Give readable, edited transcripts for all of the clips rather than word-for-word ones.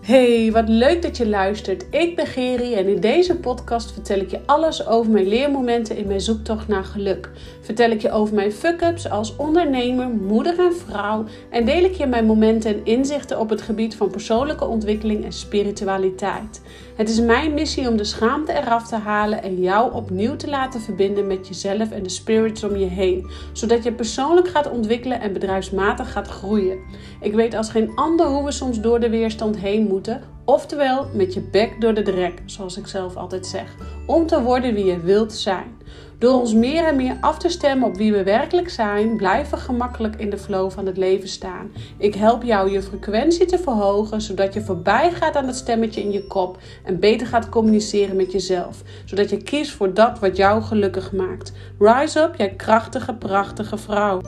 Hey, wat leuk dat je luistert. Ik ben Geri en in deze podcast vertel ik je alles over mijn leermomenten in mijn zoektocht naar geluk. Vertel ik je over mijn fuck-ups als ondernemer, moeder en vrouw en deel ik je mijn momenten en inzichten op het gebied van persoonlijke ontwikkeling en spiritualiteit. Het is mijn missie om de schaamte eraf te halen en jou opnieuw te laten verbinden met jezelf en de spirits om je heen, zodat je persoonlijk gaat ontwikkelen en bedrijfsmatig gaat groeien. Ik weet als geen ander hoe we soms door de weerstand heen moeten, oftewel met je bek door de drek, zoals ik zelf altijd zeg, om te worden wie je wilt zijn. Door ons meer en meer af te stemmen op wie we werkelijk zijn, blijven we gemakkelijk in de flow van het leven staan. Ik help jou je frequentie te verhogen, zodat je voorbij gaat aan het stemmetje in je kop en beter gaat communiceren met jezelf. Zodat je kiest voor dat wat jou gelukkig maakt. Rise up, jij krachtige, prachtige vrouw.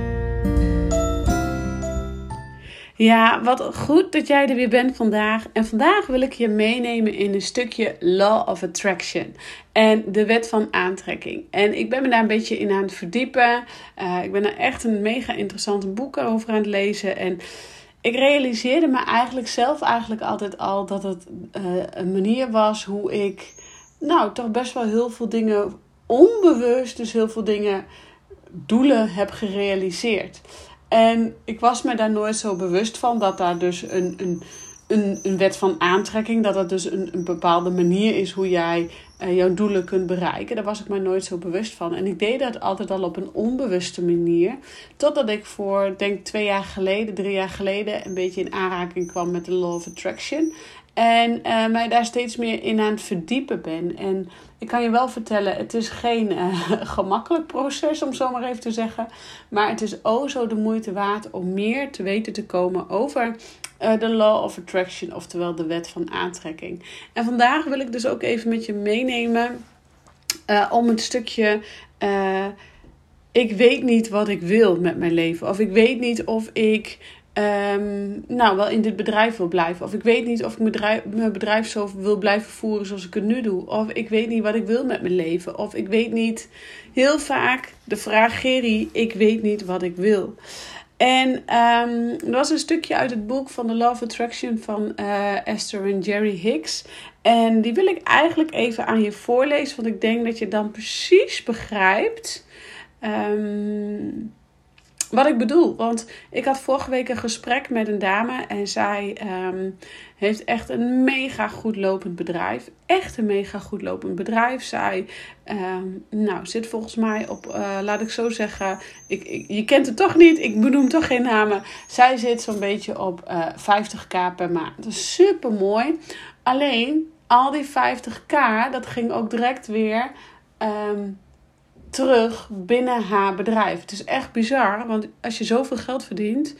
Ja, wat goed dat jij er weer bent vandaag. En vandaag wil ik je meenemen in een stukje Law of Attraction. En de wet van aantrekking. En ik ben me daar een beetje in aan het verdiepen. Ik ben er echt een mega interessant boek over aan het lezen. En ik realiseerde me eigenlijk altijd al dat het een manier was hoe ik toch best wel heel veel dingen onbewust, dus heel veel dingen, doelen heb gerealiseerd. En ik was me daar nooit zo bewust van dat daar dus een wet van aantrekking, dat dat dus een bepaalde manier is hoe jij jouw doelen kunt bereiken. Daar was ik me nooit zo bewust van. En ik deed dat altijd al op een onbewuste manier. Totdat ik voor, denk 3 jaar geleden, een beetje in aanraking kwam met de Law of Attraction. En mij daar steeds meer in aan het verdiepen ben. En ik kan je wel vertellen, het is geen gemakkelijk proces, om zo maar even te zeggen. Maar het is zo de moeite waard om meer te weten te komen over de Law of Attraction, oftewel de wet van aantrekking. En vandaag wil ik dus ook even met je meenemen om het stukje ik weet niet wat ik wil met mijn leven. Of ik weet niet of ik wel in dit bedrijf wil blijven. Of ik weet niet of ik mijn bedrijf zo wil blijven voeren zoals ik het nu doe. Of ik weet niet wat ik wil met mijn leven. Of ik weet niet, heel vaak de vraag, Geri, ik weet niet wat ik wil. En er was een stukje uit het boek van The Law of Attraction van Esther en Jerry Hicks. En die wil ik eigenlijk even aan je voorlezen. Want ik denk dat je dan precies begrijpt wat ik bedoel. Want ik had vorige week een gesprek met een dame. En zij heeft echt een mega goed lopend bedrijf. Echt een mega goed lopend bedrijf. Zij zit volgens mij op, laat ik zo zeggen. Je kent het toch niet. Ik benoem toch geen namen. Zij zit zo'n beetje op 50k per maand. Dat is super mooi. Alleen al die 50k, dat ging ook direct weer terug binnen haar bedrijf. Het is echt bizar, want als je zoveel geld verdient,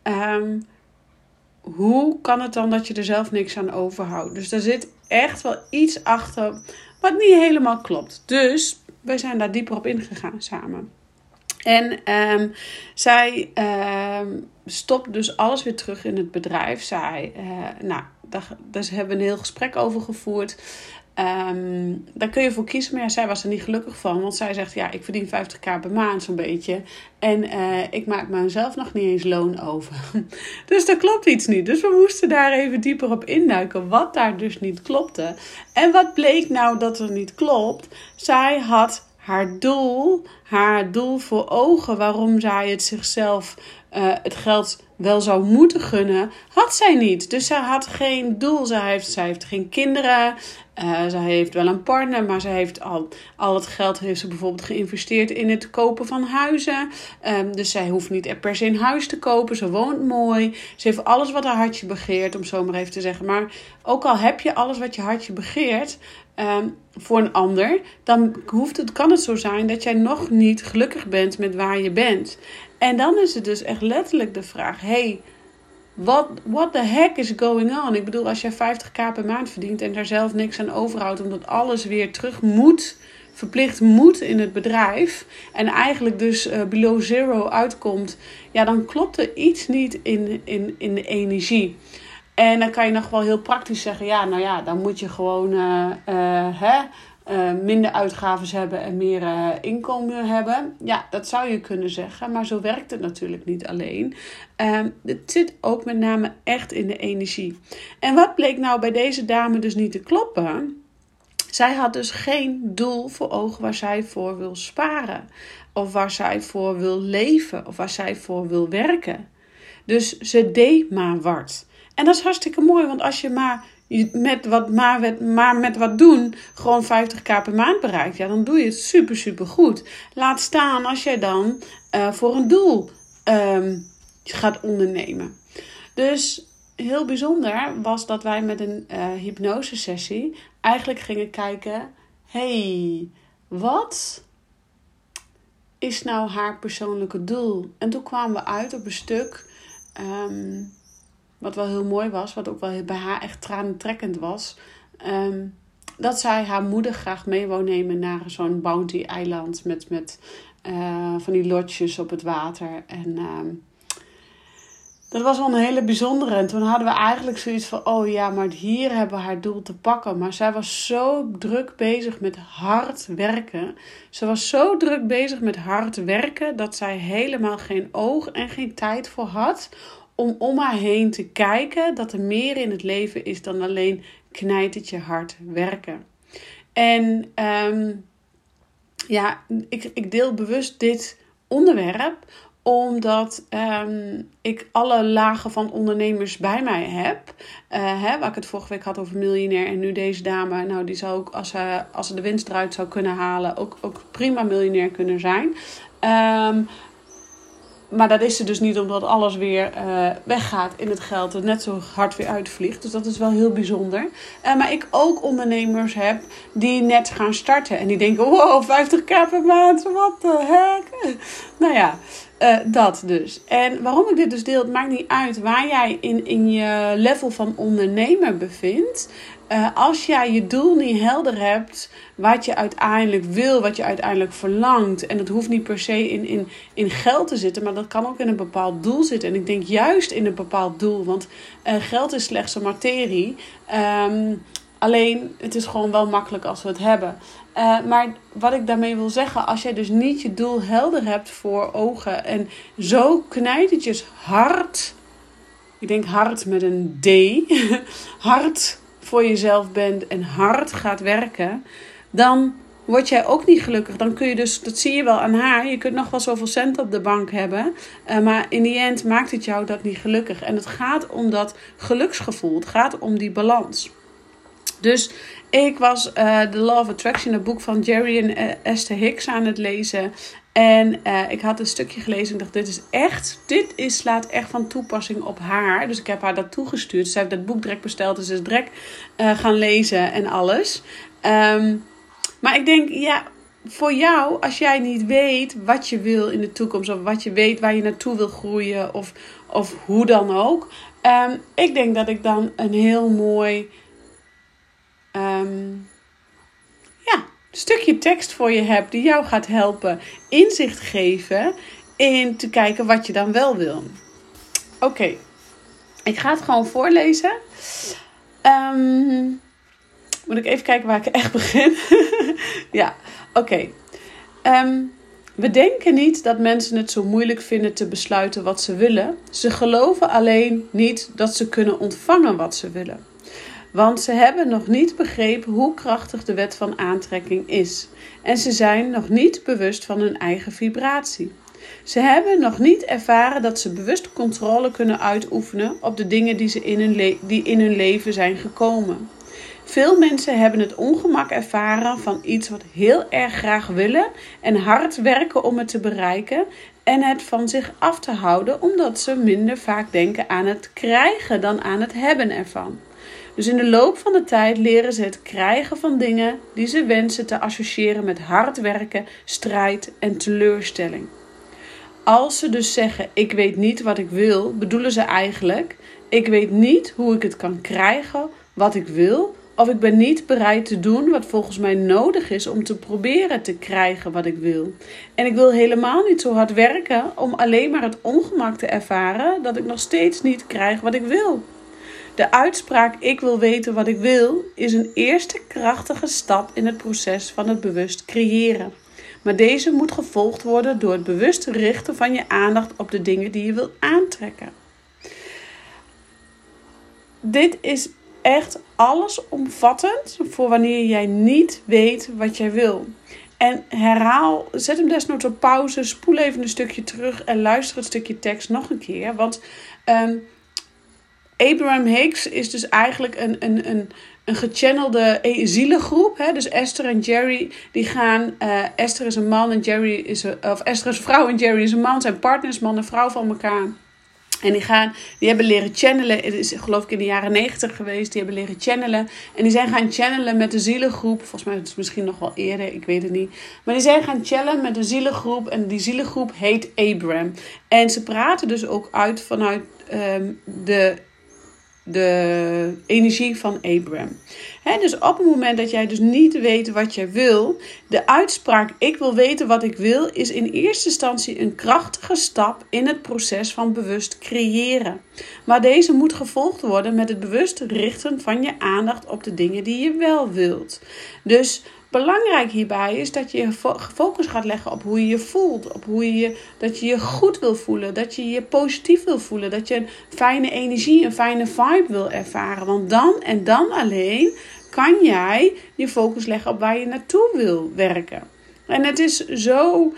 hoe kan het dan dat je er zelf niks aan overhoudt? Dus daar zit echt wel iets achter wat niet helemaal klopt. Dus wij zijn daar dieper op ingegaan samen. En zij stopt dus alles weer terug in het bedrijf. Daar hebben we een heel gesprek over gevoerd. Daar kun je voor kiezen, maar zij was er niet gelukkig van. Want zij zegt, ik verdien 50k per maand zo'n beetje. En ik maak mezelf nog niet eens loon over. Dus daar klopt iets niet. Dus we moesten daar even dieper op induiken. Wat daar dus niet klopte. En wat bleek nou dat er niet klopt? Zij had haar doel voor ogen, waarom zij het zichzelf het geld wel zou moeten gunnen, had zij niet. Dus zij had geen doel. Zij heeft geen kinderen. Zij heeft wel een partner, maar ze heeft al het geld heeft ze bijvoorbeeld geïnvesteerd in het kopen van huizen. Dus zij hoeft niet per se een huis te kopen. Ze woont mooi. Ze heeft alles wat haar hartje begeert, om zo maar even te zeggen. Maar ook al heb je alles wat je hartje begeert voor een ander, dan kan het zo zijn dat jij nog niet gelukkig bent met waar je bent. En dan is het dus echt letterlijk de vraag, what the heck is going on? Ik bedoel, als jij 50k per maand verdient en daar zelf niks aan overhoudt, omdat alles weer terug verplicht moet in het bedrijf, en eigenlijk dus below zero uitkomt, dan klopt er iets niet in de energie. En dan kan je nog wel heel praktisch zeggen, dan moet je gewoon minder uitgaven hebben en meer inkomen hebben. Ja, dat zou je kunnen zeggen, maar zo werkt het natuurlijk niet alleen. Het zit ook met name echt in de energie. En wat bleek nou bij deze dame dus niet te kloppen? Zij had dus geen doel voor ogen waar zij voor wil sparen. Of waar zij voor wil leven. Of waar zij voor wil werken. Dus ze deed maar wat. En dat is hartstikke mooi. Want als je maar met wat doen gewoon 50k per maand bereikt. Ja, dan doe je het super, super goed. Laat staan als jij dan voor een doel gaat ondernemen. Dus heel bijzonder was dat wij met een hypnosesessie eigenlijk gingen kijken. Wat is nou haar persoonlijke doel? En toen kwamen we uit op een stuk wat wel heel mooi was. Wat ook wel bij haar echt tranentrekkend was. Dat zij haar moeder graag mee wou nemen naar zo'n bounty-eiland. Met van die lodges op het water. En dat was wel een hele bijzondere. En toen hadden we eigenlijk zoiets van, oh ja, maar hier hebben we haar doel te pakken. Maar zij was zo druk bezig met hard werken. Ze was zo druk bezig met hard werken dat zij helemaal geen oog en geen tijd voor had om haar heen te kijken dat er meer in het leven is dan alleen knijtertje hard werken. En ik deel bewust dit onderwerp omdat ik alle lagen van ondernemers bij mij heb. Waar ik het vorige week had over miljonair. En nu deze dame. Nou, die zou ook als ze de winst eruit zou kunnen halen. Ook prima miljonair kunnen zijn. Maar dat is ze dus niet, omdat alles weer weggaat in het geld. En net zo hard weer uitvliegt. Dus dat is wel heel bijzonder. Maar ik ook ondernemers heb die net gaan starten. En die denken, wow, 50k per maand. What the heck? Nou ja, dat dus. En waarom ik dit dus deel, het maakt niet uit waar jij in je level van ondernemer bevindt. Als jij je doel niet helder hebt, wat je uiteindelijk wil, wat je uiteindelijk verlangt. En dat hoeft niet per se in geld te zitten, maar dat kan ook in een bepaald doel zitten. En ik denk juist in een bepaald doel, want geld is slechts een materie. Alleen, het is gewoon wel makkelijk als we het hebben. Maar wat ik daarmee wil zeggen, als jij dus niet je doel helder hebt voor ogen en zo knijtertjes hard, ik denk hard met een D, hard voor jezelf bent en hard gaat werken, dan word jij ook niet gelukkig. Dan kun je dus, dat zie je wel aan haar, je kunt nog wel zoveel cent op de bank hebben, maar in die end maakt het jou dat niet gelukkig. En het gaat om dat geluksgevoel, het gaat om die balans. Dus ik was The Law of Attraction, het boek van Jerry en Esther Hicks aan het lezen. En ik had een stukje gelezen en dacht, dit slaat echt van toepassing op haar. Dus ik heb haar dat toegestuurd. Ze heeft dat boek direct besteld, dus ze is direct gaan lezen en alles. Maar ik denk, ja, voor jou, als jij niet weet wat je wil in de toekomst, of wat je weet waar je naartoe wil groeien, of hoe dan ook. Ik denk dat ik dan een heel mooi stukje tekst voor je heb die jou gaat helpen inzicht geven in te kijken wat je dan wel wil. Oké, ik ga het gewoon voorlezen. Moet ik even kijken waar ik echt begin? Ja, oké. We denken niet dat mensen het zo moeilijk vinden te besluiten wat ze willen. Ze geloven alleen niet dat ze kunnen ontvangen wat ze willen. Want ze hebben nog niet begrepen hoe krachtig de wet van aantrekking is. En ze zijn nog niet bewust van hun eigen vibratie. Ze hebben nog niet ervaren dat ze bewust controle kunnen uitoefenen op de dingen die in hun leven zijn gekomen. Veel mensen hebben het ongemak ervaren van iets wat heel erg graag willen en hard werken om het te bereiken en het van zich af te houden omdat ze minder vaak denken aan het krijgen dan aan het hebben ervan. Dus in de loop van de tijd leren ze het krijgen van dingen die ze wensen te associëren met hard werken, strijd en teleurstelling. Als ze dus zeggen, ik weet niet wat ik wil, bedoelen ze eigenlijk, ik weet niet hoe ik het kan krijgen wat ik wil, of ik ben niet bereid te doen wat volgens mij nodig is om te proberen te krijgen wat ik wil. En ik wil helemaal niet zo hard werken om alleen maar het ongemak te ervaren dat ik nog steeds niet krijg wat ik wil. De uitspraak ik wil weten wat ik wil is een eerste krachtige stap in het proces van het bewust creëren. Maar deze moet gevolgd worden door het bewust richten van je aandacht op de dingen die je wilt aantrekken. Dit is echt allesomvattend voor wanneer jij niet weet wat jij wil. En zet hem desnoods op pauze, spoel even een stukje terug en luister het stukje tekst nog een keer. Want Abraham Hicks is dus eigenlijk een gechannelde zielengroep. Hè? Dus Esther en Jerry, die gaan... Esther is een man en Esther is een vrouw en Jerry is een man. Zijn partners, man en vrouw van elkaar. En die hebben leren channelen. Het is geloof ik in de jaren 90 geweest. Die hebben leren channelen. En die zijn gaan channelen met de zielengroep. Volgens mij is het misschien nog wel eerder. Ik weet het niet. Maar die zijn gaan channelen met een zielengroep. En die zielengroep heet Abraham. En ze praten dus ook uit vanuit de energie van Abraham. Dus op het moment dat jij dus niet weet wat jij wil, de uitspraak ik wil weten wat ik wil, is in eerste instantie een krachtige stap in het proces van bewust creëren. Maar deze moet gevolgd worden met het bewust richten van je aandacht op de dingen die je wel wilt. Dus belangrijk hierbij is dat je focus gaat leggen op hoe je je voelt. Op dat je je goed wil voelen. Dat je je positief wil voelen. Dat je een fijne energie, een fijne vibe wil ervaren. Want dan en dan alleen kan jij je focus leggen op waar je naartoe wil werken. En het is zo...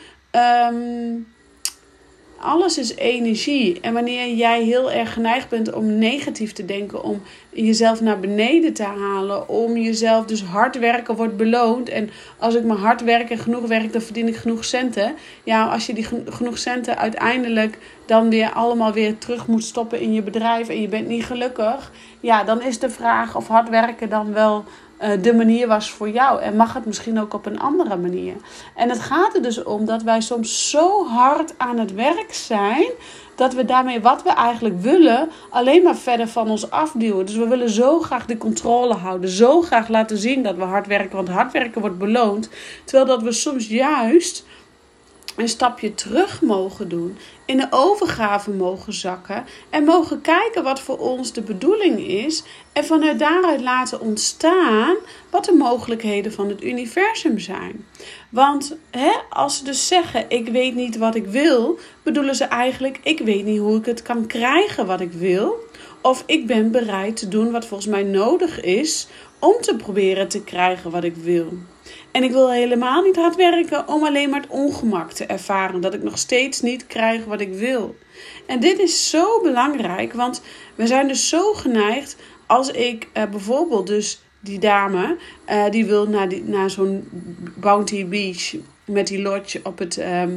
alles is energie. En wanneer jij heel erg geneigd bent om negatief te denken, om jezelf naar beneden te halen, om jezelf dus hard werken wordt beloond. En als ik maar hard werk en genoeg werk, dan verdien ik genoeg centen. Ja, als je die genoeg centen uiteindelijk dan weer allemaal weer terug moet stoppen in je bedrijf en je bent niet gelukkig. Ja, dan is de vraag of hard werken dan wel de manier was voor jou. En mag het misschien ook op een andere manier. En het gaat er dus om dat wij soms zo hard aan het werk zijn, dat we daarmee wat we eigenlijk willen alleen maar verder van ons afduwen. Dus we willen zo graag de controle houden. Zo graag laten zien dat we hard werken. Want hard werken wordt beloond. Terwijl dat we soms juist een stapje terug mogen doen. In de overgave mogen zakken. En mogen kijken wat voor ons de bedoeling is. En vanuit daaruit laten ontstaan wat de mogelijkheden van het universum zijn. Want als ze dus zeggen ik weet niet wat ik wil, bedoelen ze eigenlijk ik weet niet hoe ik het kan krijgen wat ik wil. Of ik ben bereid te doen wat volgens mij nodig is om te proberen te krijgen wat ik wil. En ik wil helemaal niet hard werken om alleen maar het ongemak te ervaren. Dat ik nog steeds niet krijg wat ik wil. En dit is zo belangrijk, want we zijn dus zo geneigd. Als ik bijvoorbeeld dus die dame, die wil naar zo'n Bounty Beach met die lodge op het,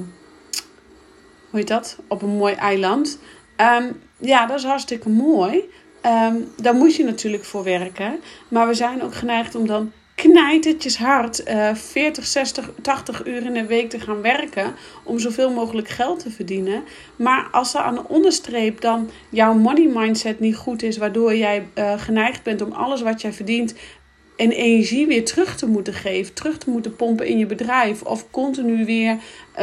hoe heet dat? Op een mooi eiland. Ja, dat is hartstikke mooi. Daar moet je natuurlijk voor werken. Maar we zijn ook geneigd om dan knijtertjes hard 40, 60, 80 uur in de week te gaan werken om zoveel mogelijk geld te verdienen. Maar als er aan de onderstreep dan jouw money mindset niet goed is, waardoor jij geneigd bent om alles wat jij verdient en energie weer terug te moeten geven, terug te moeten pompen in je bedrijf of continu weer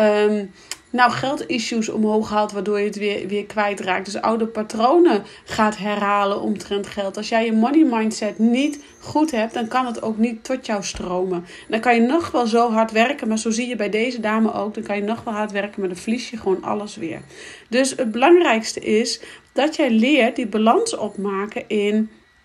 geldissues omhoog haalt, waardoor je het weer kwijtraakt. Dus oude patronen gaat herhalen omtrent geld. Als jij je money mindset niet goed hebt, dan kan het ook niet tot jou stromen. Dan kan je nog wel zo hard werken, maar zo zie je bij deze dame ook, dan kan je nog wel hard werken, maar dan verlies je gewoon alles weer. Dus het belangrijkste is dat jij leert die balans opmaken in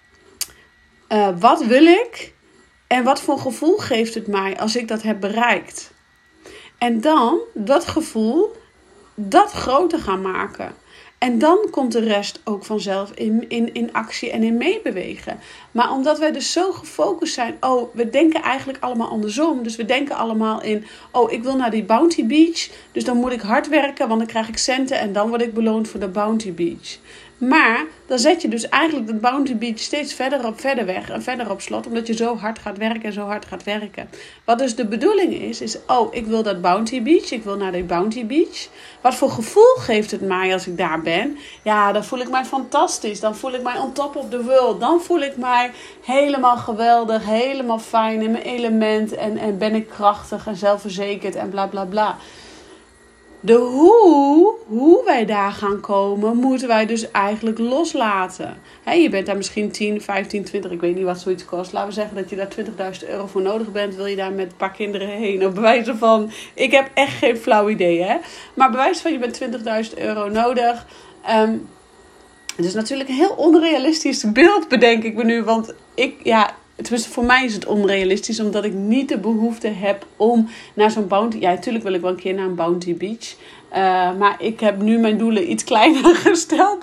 wat wil ik en wat voor gevoel geeft het mij als ik dat heb bereikt. En dan dat gevoel, dat groter gaan maken. En dan komt de rest ook vanzelf in actie en in meebewegen. Maar omdat wij dus zo gefocust zijn, we denken eigenlijk allemaal andersom. Dus we denken allemaal in, ik wil naar die Bounty Beach. Dus dan moet ik hard werken, want dan krijg ik centen en dan word ik beloond voor de Bounty Beach. Maar dan zet je dus eigenlijk de Bounty Beach steeds verder weg en verder op slot. Omdat je zo hard gaat werken en zo hard gaat werken. Wat dus de bedoeling is, ik wil dat Bounty Beach. Ik wil naar die Bounty Beach. Wat voor gevoel geeft het mij als ik daar ben? Ja, dan voel ik mij fantastisch. Dan voel ik mij on top of the world. Dan voel ik mij helemaal geweldig, helemaal fijn in mijn element. En ben ik krachtig en zelfverzekerd en bla bla bla. De hoe wij daar gaan komen, moeten wij dus eigenlijk loslaten. Je bent daar misschien 10, 15, 20, ik weet niet wat zoiets kost. Laten we zeggen dat je daar 20.000 euro voor nodig bent. Wil je daar met een paar kinderen heen? Op bewijs van, ik heb echt geen flauw idee. Hè? Maar bewijs van, je bent 20.000 euro nodig. Het is natuurlijk een heel onrealistisch beeld, bedenk ik me nu. Want tenminste voor mij is het onrealistisch, omdat ik niet de behoefte heb om naar zo'n bounty... Ja, natuurlijk wil ik wel een keer naar een bounty beach. Maar ik heb nu mijn doelen iets kleiner gesteld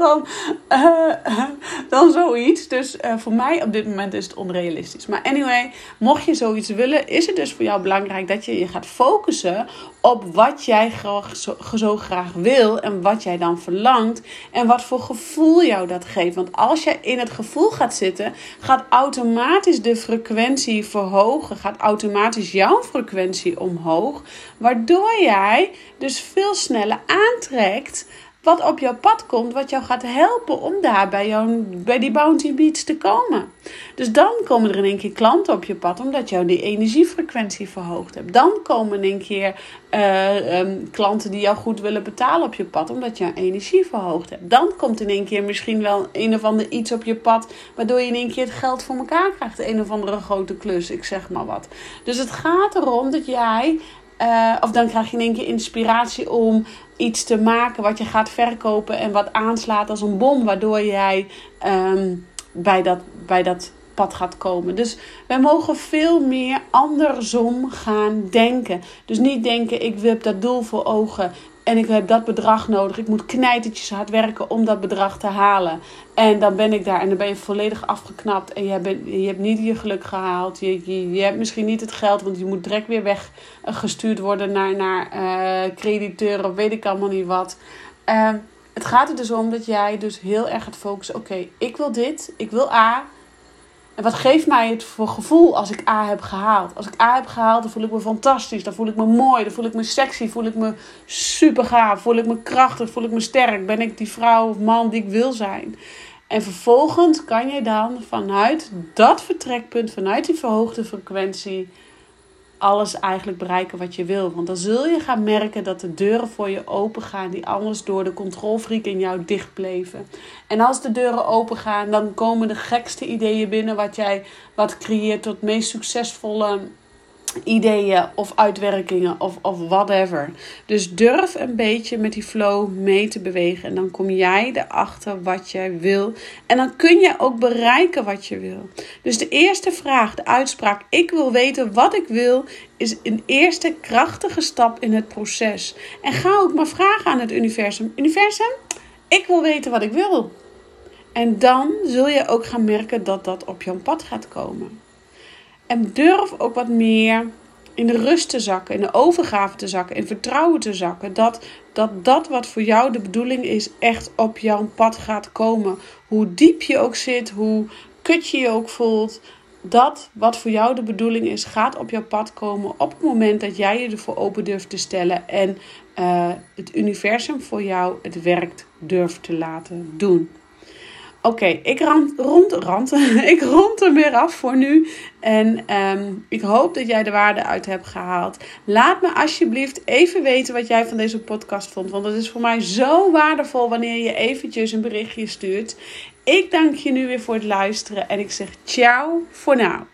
dan zoiets. Dus voor mij op dit moment is het onrealistisch. Maar anyway, mocht je zoiets willen, is het dus voor jou belangrijk dat je je gaat focussen op wat jij zo graag wil en wat jij dan verlangt en wat voor gevoel jou dat geeft. Want als jij in het gevoel gaat zitten, gaat automatisch de frequentie verhogen, gaat automatisch jouw frequentie omhoog, waardoor jij dus veel sneller aantrekt wat op jouw pad komt, wat jou gaat helpen om daar bij die Bounty Beach te komen. Dus dan komen er in één keer klanten op je pad, omdat jou die energiefrequentie verhoogd hebt. Dan komen in één keer klanten die jou goed willen betalen op je pad, omdat je energie verhoogd hebt. Dan komt in één keer misschien wel een of ander iets op je pad, waardoor je in één keer het geld voor elkaar krijgt. Een of andere grote klus, ik zeg maar wat. Dus het gaat erom dat jij... of dan krijg je in één keer inspiratie om iets te maken wat je gaat verkopen en wat aanslaat als een bom, waardoor jij bij dat pad gaat komen. Dus wij mogen veel meer andersom gaan denken. Dus niet denken, ik heb dat doel voor ogen en ik heb dat bedrag nodig. Ik moet knijtertjes hard werken om dat bedrag te halen. En dan ben ik daar en dan ben je volledig afgeknapt. En je hebt niet je geluk gehaald. Je hebt misschien niet het geld, want je moet direct weer weggestuurd worden naar crediteuren of weet ik allemaal niet wat. Het gaat er dus om dat jij dus heel erg gaat focussen. Oké, ik wil dit, ik wil A. En wat geeft mij het voor gevoel als ik A heb gehaald? Als ik A heb gehaald, dan voel ik me fantastisch. Dan voel ik me mooi. Dan voel ik me sexy. Voel ik me super gaaf. Voel ik me krachtig. Voel ik me sterk. Ben ik die vrouw of man die ik wil zijn? En vervolgens kan je dan vanuit dat vertrekpunt, vanuit die verhoogde frequentie, alles eigenlijk bereiken wat je wil. Want dan zul je gaan merken dat de deuren voor je open gaan die anders door de controlfreak in jou dicht bleven. En als de deuren open gaan, dan komen de gekste ideeën binnen wat creëert tot meest succesvolle ideeën of uitwerkingen of whatever. Dus durf een beetje met die flow mee te bewegen. En dan kom jij erachter wat jij wil. En dan kun je ook bereiken wat je wil. Dus de eerste vraag, de uitspraak, ik wil weten wat ik wil, is een eerste krachtige stap in het proces. En ga ook maar vragen aan het universum. Universum, ik wil weten wat ik wil. En dan zul je ook gaan merken dat dat op jouw pad gaat komen. En durf ook wat meer in de rust te zakken, in de overgave te zakken, in vertrouwen te zakken. Dat wat voor jou de bedoeling is, echt op jouw pad gaat komen. Hoe diep je ook zit, hoe kut je je ook voelt. Dat wat voor jou de bedoeling is, gaat op jouw pad komen op het moment dat jij je ervoor open durft te stellen. En het universum voor jou het werk durft te laten doen. Oké, ik rond er weer af voor nu. En ik hoop dat jij de waarde uit hebt gehaald. Laat me alsjeblieft even weten wat jij van deze podcast vond. Want het is voor mij zo waardevol wanneer je eventjes een berichtje stuurt. Ik dank je nu weer voor het luisteren. En ik zeg ciao voor nu.